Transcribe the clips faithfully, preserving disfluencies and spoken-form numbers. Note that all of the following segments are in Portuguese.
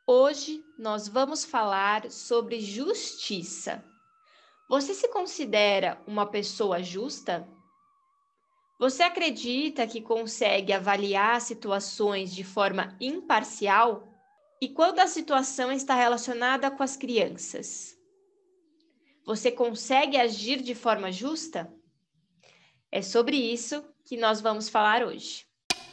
Hoje nós vamos falar sobre justiça. Você se considera uma pessoa justa? Você acredita que consegue avaliar situações de forma imparcial? E quando a situação está relacionada com as crianças, você consegue agir de forma justa? É sobre isso que nós vamos falar hoje.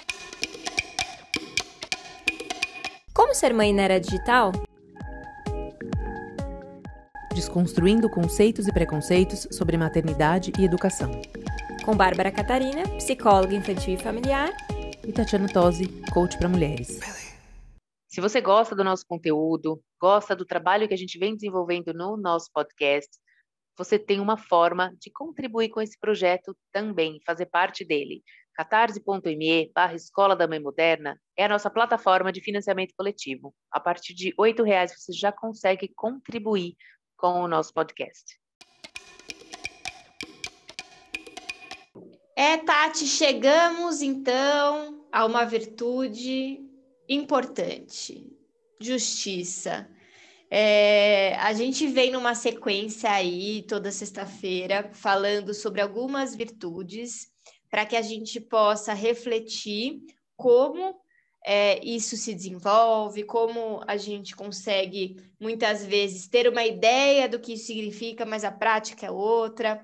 Como ser mãe na era digital? Desconstruindo conceitos e preconceitos sobre maternidade e educação. Com Bárbara Catarina, psicóloga infantil e familiar, E Tatiana Tosi, coach para mulheres. Se você gosta do nosso conteúdo, gosta do trabalho que a gente vem desenvolvendo no nosso podcast, você tem uma forma de contribuir com esse projeto também, fazer parte dele. catarse.me barra Escola da Mãe Moderna é a nossa plataforma de financiamento coletivo. A partir de oito reais você já consegue contribuir com o nosso podcast. É, Tati, chegamos então a uma virtude importante: justiça. É, a gente vem numa sequência aí toda sexta-feira falando sobre algumas virtudes para que a gente possa refletir como é, isso se desenvolve, como a gente consegue muitas vezes ter uma ideia do que isso significa, mas a prática é outra.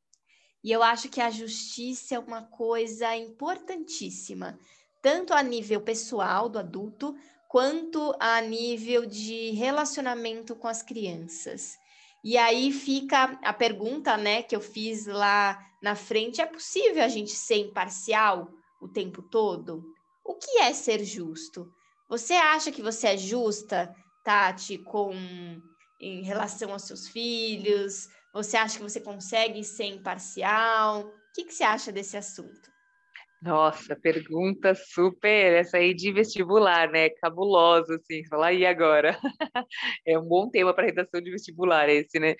E eu acho que a justiça é uma coisa importantíssima, tanto a nível pessoal do adulto, quanto a nível de relacionamento com as crianças. E aí fica a pergunta, né, que eu fiz lá na frente: é possível a gente ser imparcial o tempo todo? O que é ser justo? Você acha que você é justa, Tati, com em relação aos seus filhos? Você acha que você consegue ser imparcial? O que, que você acha desse assunto? Nossa, pergunta super, essa aí de vestibular, né? Cabulosa, assim, falar, e agora? É um bom tema para redação de vestibular esse, né?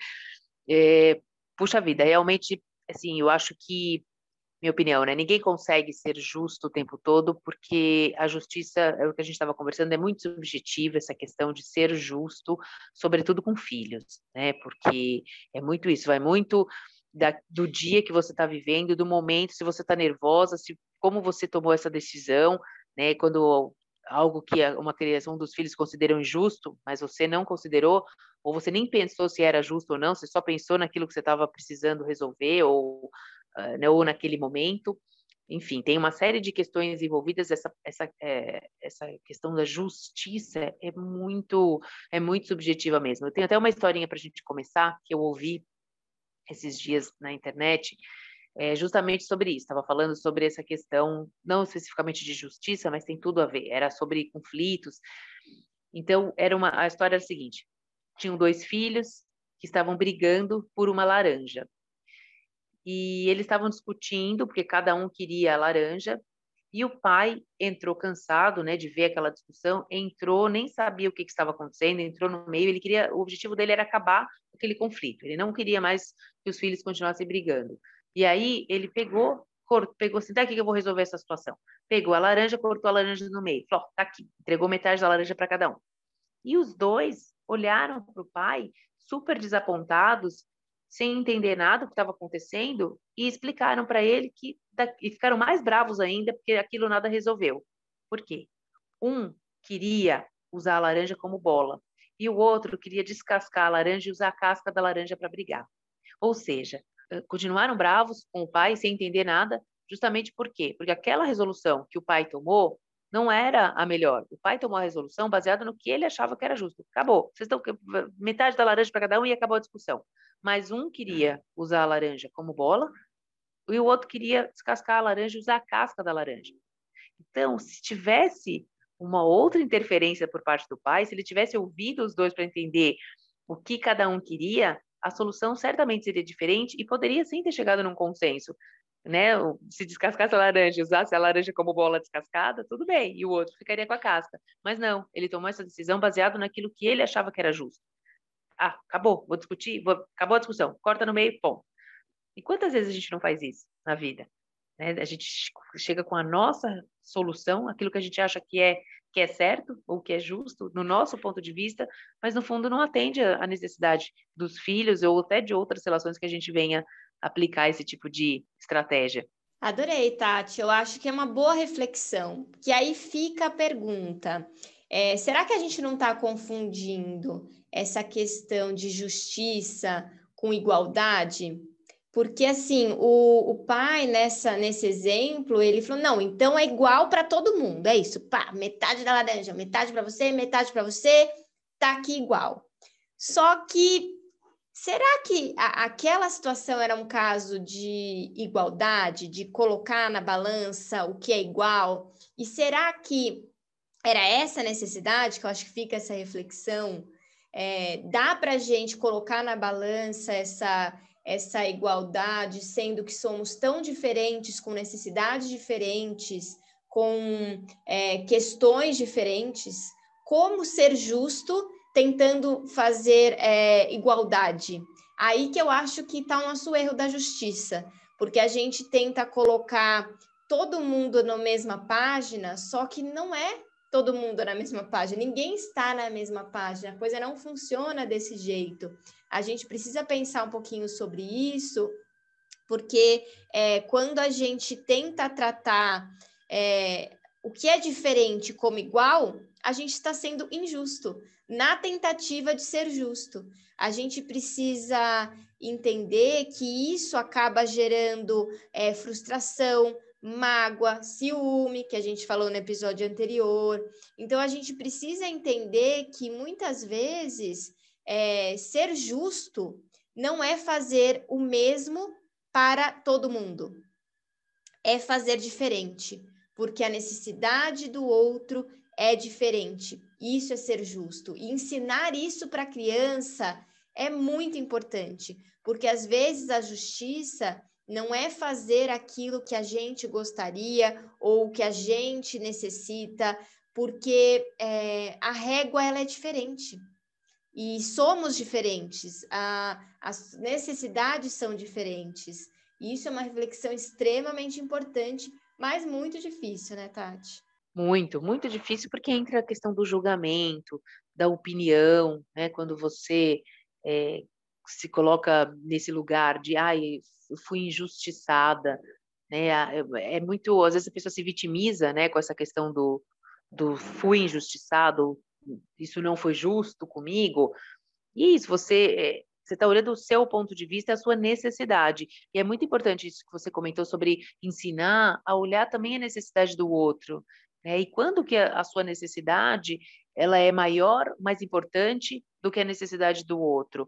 É, puxa vida, realmente, assim, eu acho que, minha opinião, né? Ninguém consegue ser justo o tempo todo, porque a justiça, é o que a gente estava conversando, é muito subjetiva, essa questão de ser justo, sobretudo com filhos, né? Porque é muito isso, vai muito da, do dia que você está vivendo, do momento, se você está nervosa, se, como você tomou essa decisão, né? Quando algo que uma criança, um dos filhos considerou injusto, mas você não considerou, ou você nem pensou se era justo ou não, você só pensou naquilo que você estava precisando resolver, ou Uh, né, ou naquele momento, enfim, tem uma série de questões envolvidas. Essa, essa, é, essa questão da justiça é muito, é muito subjetiva mesmo. Eu tenho até uma historinha para a gente começar, que eu ouvi esses dias na internet, é, justamente sobre isso. Estava falando sobre essa questão, não especificamente de justiça, mas tem tudo a ver, era sobre conflitos. Então, era uma, a história era a seguinte: tinham dois filhos que estavam brigando por uma laranja. E eles estavam discutindo, porque cada um queria a laranja, e o pai entrou cansado, né, de ver aquela discussão, entrou, nem sabia o que, que estava acontecendo, entrou no meio, ele queria, o objetivo dele era acabar com aquele conflito, ele não queria mais que os filhos continuassem brigando. E aí ele pegou, cortou, pegou assim, daqui que eu vou resolver essa situação. Pegou a laranja, cortou a laranja no meio, falou, tá aqui, entregou metade da laranja para cada um. E os dois olharam para o pai, super desapontados, sem entender nada do que estava acontecendo, e explicaram para ele que e ficaram mais bravos ainda, porque aquilo nada resolveu. Por quê? Um queria usar a laranja como bola, e o outro queria descascar a laranja e usar a casca da laranja para brigar. Ou seja, continuaram bravos com o pai, sem entender nada, justamente por quê? Porque aquela resolução que o pai tomou não era a melhor. O pai tomou a resolução baseada no que ele achava que era justo. Acabou. Vocês estão metade da laranja para cada um e acabou a discussão. Mas um queria usar a laranja como bola e o outro queria descascar a laranja e usar a casca da laranja. Então, se tivesse uma outra interferência por parte do pai, se ele tivesse ouvido os dois para entender o que cada um queria, a solução certamente seria diferente e poderia sim ter chegado num consenso. Né? Se descascasse a laranja e usasse a laranja como bola descascada, tudo bem, e o outro ficaria com a casca. Mas não, ele tomou essa decisão baseado naquilo que ele achava que era justo. Ah, acabou, vou discutir, vou... acabou a discussão, corta no meio, ponto. E quantas vezes a gente não faz isso na vida? Né? A gente chega com a nossa solução, aquilo que a gente acha que é, que é certo ou que é justo, no nosso ponto de vista, mas no fundo não atende à necessidade dos filhos ou até de outras relações que a gente venha aplicar esse tipo de estratégia. Adorei, Tati. Eu acho que é uma boa reflexão. Que aí fica a pergunta: é, será que a gente não está confundindo essa questão de justiça com igualdade? Porque, assim, o, o pai, nessa, nesse exemplo, ele falou, não, então é igual para todo mundo, é isso, pá, metade da laranja, metade para você, metade para você, tá aqui igual. Só que, será que a, aquela situação era um caso de igualdade, de colocar na balança o que é igual? E será que era essa necessidade, que eu acho que fica essa reflexão, é, dá para a gente colocar na balança essa essa igualdade, sendo que somos tão diferentes, com necessidades diferentes, com é, questões diferentes, como ser justo tentando fazer é, igualdade? Aí que eu acho que está o nosso erro da justiça, porque a gente tenta colocar todo mundo na mesma página, só que não é todo mundo na mesma página, ninguém está na mesma página, a coisa não funciona desse jeito. A gente precisa pensar um pouquinho sobre isso, porque é, quando a gente tenta tratar é, o que é diferente como igual, a gente está sendo injusto, na tentativa de ser justo. A gente precisa entender que isso acaba gerando é, frustração, mágoa, ciúme, que a gente falou no episódio anterior. Então, a gente precisa entender que muitas vezes é, ser justo não é fazer o mesmo para todo mundo, é fazer diferente, porque a necessidade do outro é diferente. Isso é ser justo. E ensinar isso para a criança é muito importante, porque às vezes a justiça não é fazer aquilo que a gente gostaria ou que a gente necessita, porque é, a régua ela é diferente. E somos diferentes, a, as necessidades são diferentes. E isso é uma reflexão extremamente importante, mas muito difícil, né, Tati? Muito, muito difícil, porque entra a questão do julgamento, da opinião, né? Quando você é, se coloca nesse lugar de, ai, eu fui injustiçada, né? É muito, às vezes a pessoa se vitimiza, né? Com essa questão do, do fui injustiçado, isso não foi justo comigo. E isso, você você está olhando o seu ponto de vista, a sua necessidade. E é muito importante isso que você comentou sobre ensinar a olhar também a necessidade do outro, né? E quando que a, a sua necessidade ela é maior, mais importante do que a necessidade do outro,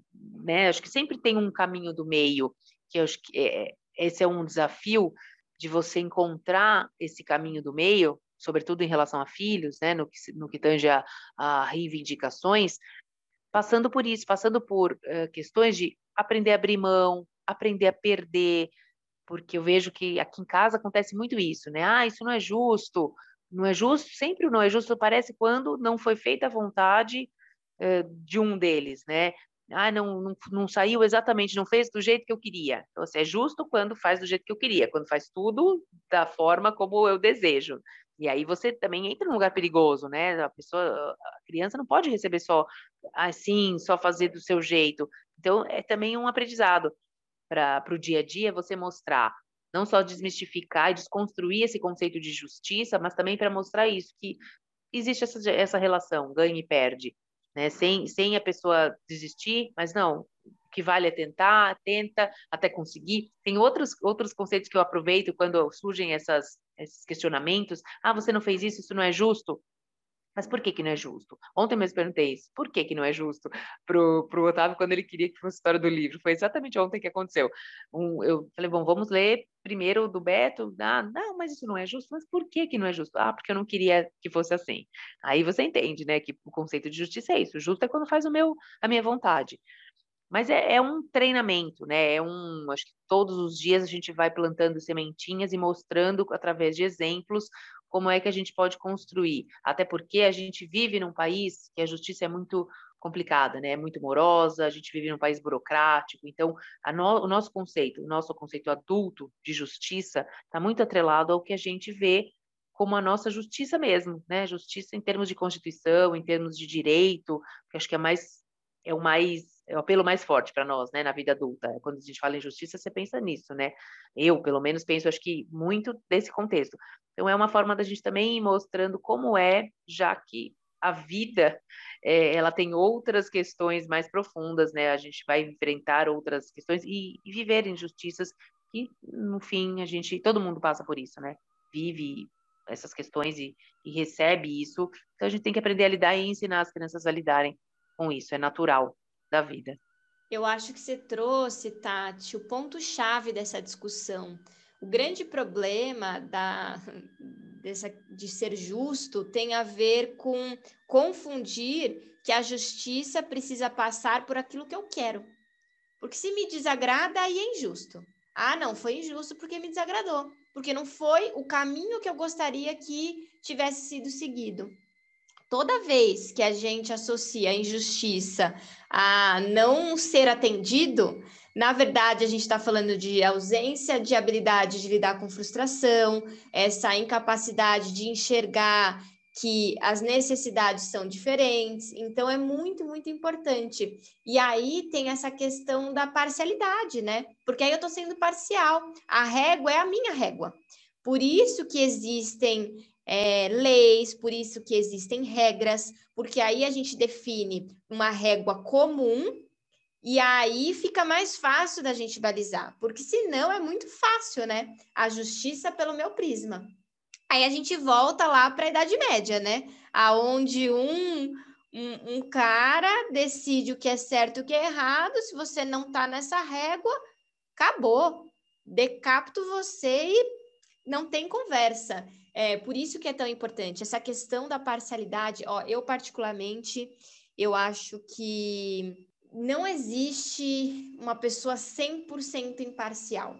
né? Acho que sempre tem um caminho do meio, que eu acho que é, esse é um desafio de você encontrar esse caminho do meio, sobretudo em relação a filhos, né? No que, no que tange a, a reivindicações, passando por isso, passando por uh, questões de aprender a abrir mão, aprender a perder, porque eu vejo que aqui em casa acontece muito isso, né? Ah, isso não é justo, não é justo, sempre o não é justo parece quando não foi feita a vontade uh, de um deles, né? Ah, não, não, não saiu exatamente, não fez do jeito que eu queria. Então, assim, é justo quando faz do jeito que eu queria, quando faz tudo da forma como eu desejo. E aí você também entra num lugar perigoso, né? A pessoa, a criança não pode receber só assim, só fazer do seu jeito. Então, é também um aprendizado para o dia a dia você mostrar, não só desmistificar e desconstruir esse conceito de justiça, mas também para mostrar isso, que existe essa, essa relação, ganha e perde, né? Sem, sem a pessoa desistir, mas não, o que vale é tentar, tenta até conseguir. Tem outros, outros conceitos que eu aproveito quando surgem essas, esses questionamentos. Ah, você não fez isso, isso não é justo. Mas por que que não é justo? Ontem mesmo perguntei isso. Por que que não é justo pro, pro Otávio quando ele queria que fosse a história do livro? Foi exatamente ontem que aconteceu. Um, eu falei, bom, vamos ler primeiro o do Beto. Ah, não, mas isso não é justo. Mas por que que não é justo? Ah, porque eu não queria que fosse assim. Aí você entende, né, que o conceito de justiça é isso. Justo é quando faz o meu, a minha vontade. Mas é, é um treinamento, né? É um, acho que todos os dias a gente vai plantando sementinhas e mostrando através de exemplos como é que a gente pode construir. Até porque a gente vive num país que a justiça é muito complicada, né? É muito morosa, a gente vive num país burocrático. Então, a no, o nosso conceito, o nosso conceito adulto de justiça está muito atrelado ao que a gente vê como a nossa justiça mesmo, né? Justiça em termos de Constituição, em termos de direito, que acho que é mais é o mais é o apelo mais forte para nós, né, na vida adulta. Quando a gente fala em justiça, você pensa nisso, né? Eu, pelo menos, penso, acho que muito desse contexto. Então, é uma forma da gente também ir mostrando como é, já que a vida, é, ela tem outras questões mais profundas, né? A gente vai enfrentar outras questões e, e viver injustiças que, no fim, a gente, todo mundo passa por isso, né? Vive essas questões e, e recebe isso. Então, a gente tem que aprender a lidar e ensinar as crianças a lidarem com isso. É natural da vida. Eu acho que você trouxe, Tati, o ponto-chave dessa discussão. O grande problema da, dessa, de ser justo tem a ver com confundir que a justiça precisa passar por aquilo que eu quero. Porque se me desagrada, aí é injusto. Ah, não, foi injusto porque me desagradou. Porque não foi o caminho que eu gostaria que tivesse sido seguido. Toda vez que a gente associa a injustiça a não ser atendido, na verdade, a gente está falando de ausência de habilidade de lidar com frustração, essa incapacidade de enxergar que as necessidades são diferentes. Então, é muito, muito importante. E aí tem essa questão da parcialidade, né? Porque aí eu estou sendo parcial. A régua é a minha régua. Por isso que existem É, leis, por isso que existem regras, porque aí a gente define uma régua comum e aí fica mais fácil da gente balizar, porque senão é muito fácil, né? A justiça pelo meu prisma. Aí a gente volta lá para a Idade Média, né? Aonde um, um, um cara decide o que é certo e o que é errado, se você não tá nessa régua, acabou. Decapito você e não tem conversa. É por isso que é tão importante essa questão da parcialidade. Ó, eu particularmente, eu acho que não existe uma pessoa cem por cento imparcial.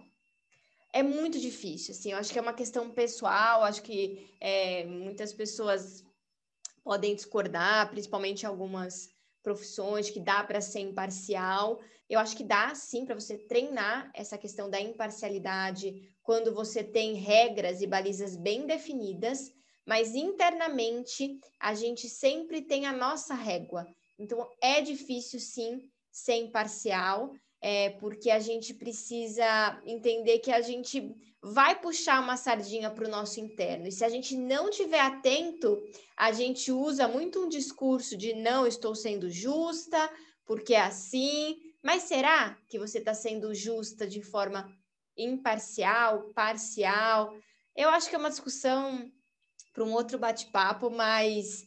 É muito difícil, assim, eu acho que é uma questão pessoal, acho que é, muitas pessoas podem discordar, principalmente algumas profissões que dá para ser imparcial. Eu acho que dá sim para você treinar essa questão da imparcialidade quando você tem regras e balizas bem definidas, mas internamente a gente sempre tem a nossa régua. Então é difícil sim ser imparcial, é, porque a gente precisa entender que a gente vai puxar uma sardinha para o nosso interno. E se a gente não estiver atento, a gente usa muito um discurso de não estou sendo justa, porque é assim. Mas será que você está sendo justa de forma imparcial, parcial? Eu acho que é uma discussão para um outro bate-papo, mas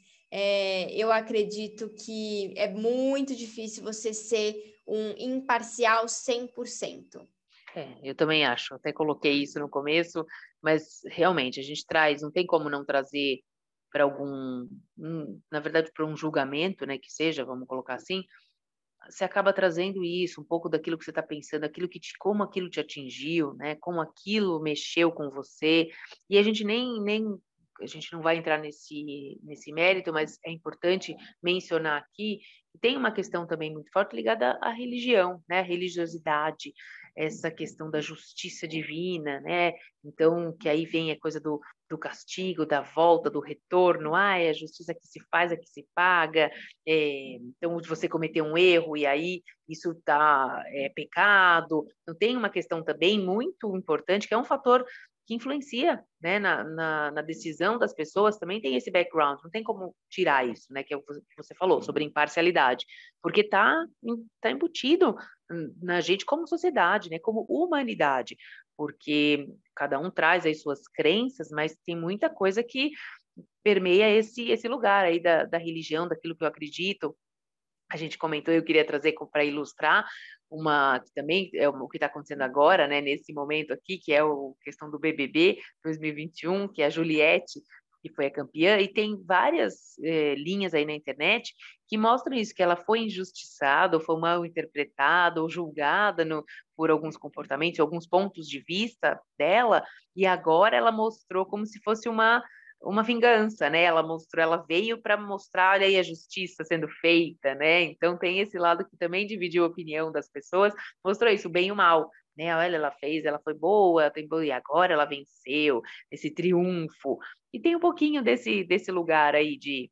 é, eu acredito que é muito difícil você ser um imparcial cem por cento. É, eu também acho, até coloquei isso no começo, mas realmente a gente traz, não tem como não trazer para algum, um, na verdade, para um julgamento, né, que seja, vamos colocar assim, você acaba trazendo isso, um pouco daquilo que você está pensando, aquilo que te, como aquilo te atingiu, né, como aquilo mexeu com você, e a gente nem, nem a gente não vai entrar nesse, nesse mérito, mas é importante mencionar aqui que tem uma questão também muito forte ligada à religião, né, a religiosidade, essa questão da justiça divina, né, então, que aí vem a coisa do, do castigo, da volta, do retorno, ah, é a justiça que se faz, é que se paga, é, então você cometeu um erro e aí isso tá, é pecado. Então, tem uma questão também muito importante, que é um fator que influencia, né, na, na, na decisão das pessoas, também tem esse background, não tem como tirar isso, né, que é o que você falou, sobre imparcialidade, porque está tá embutido na gente como sociedade, né, como humanidade, porque cada um traz as suas crenças, mas tem muita coisa que permeia esse, esse lugar aí da, da religião, daquilo que eu acredito. A gente comentou, eu queria trazer para ilustrar uma que também é o que está acontecendo agora, né, nesse momento aqui, que é a questão do B B B dois mil e vinte e um, que é a Juliette, que foi a campeã, e tem várias eh, linhas aí na internet que mostram isso, que ela foi injustiçada, ou foi mal interpretada, ou julgada no, por alguns comportamentos, alguns pontos de vista dela, e agora ela mostrou como se fosse uma uma vingança, né? Ela mostrou, ela veio para mostrar, olha aí a justiça sendo feita, né? Então tem esse lado que também dividiu a opinião das pessoas, mostrou isso, o bem e o mal. né? Olha, ela fez, ela foi boa, tem boa, e agora ela venceu, esse triunfo. E tem um pouquinho desse, desse lugar aí de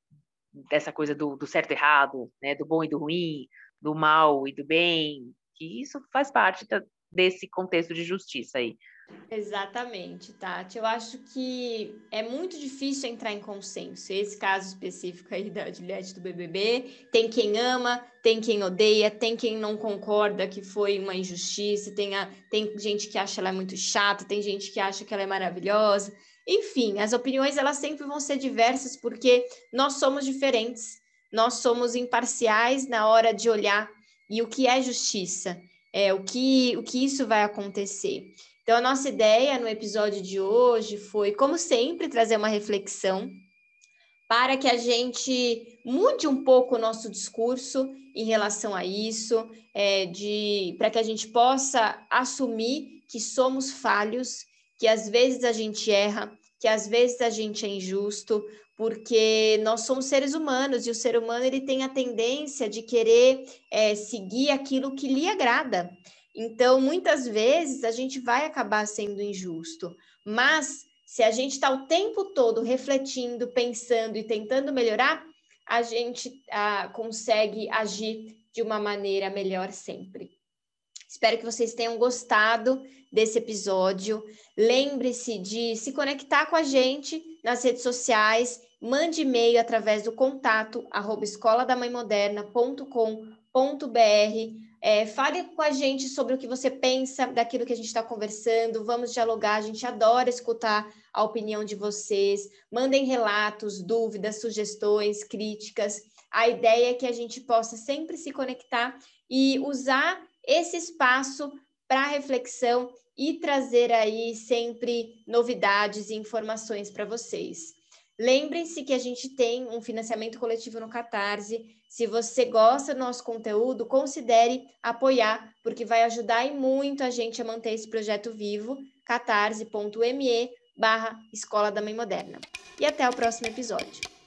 dessa coisa do, do certo e errado, né? Do bom e do ruim, do mal e do bem, que isso faz parte da, desse contexto de justiça aí. Exatamente, Tati. Eu acho que é muito difícil entrar em consenso. Esse caso específico aí da Juliette do B B B, tem quem ama, tem quem odeia, tem quem não concorda que foi uma injustiça, tem, a, tem gente que acha ela muito chata, tem gente que acha que ela é maravilhosa. Enfim, as opiniões elas sempre vão ser diversas porque nós somos diferentes, nós somos imparciais na hora de olhar e o que é justiça, é, o, que, o que isso vai acontecer. Então, a nossa ideia no episódio de hoje foi, como sempre, trazer uma reflexão para que a gente mude um pouco o nosso discurso em relação a isso, é, de, para que a gente possa assumir que somos falhos, que às vezes a gente erra, que às vezes a gente é injusto, porque nós somos seres humanos e o ser humano ele tem a tendência de querer é, seguir aquilo que lhe agrada. Então, muitas vezes, a gente vai acabar sendo injusto, mas se a gente está o tempo todo refletindo, pensando e tentando melhorar, a gente ah, consegue agir de uma maneira melhor sempre. Espero que vocês tenham gostado desse episódio. Lembre-se de se conectar com a gente nas redes sociais, mande e-mail através do contato arroba escola da mãe moderna ponto com ponto b r. É, fale com a gente sobre o que você pensa daquilo que a gente está conversando, vamos dialogar, a gente adora escutar a opinião de vocês, mandem relatos, dúvidas, sugestões, críticas. A ideia é que a gente possa sempre se conectar e usar esse espaço para reflexão e trazer aí sempre novidades e informações para vocês. Lembrem-se que a gente tem um financiamento coletivo no Catarse. Se você gosta do nosso conteúdo, considere apoiar, porque vai ajudar e muito a gente a manter esse projeto vivo, catarse ponto me barra Escola da Mãe Moderna. E até o próximo episódio.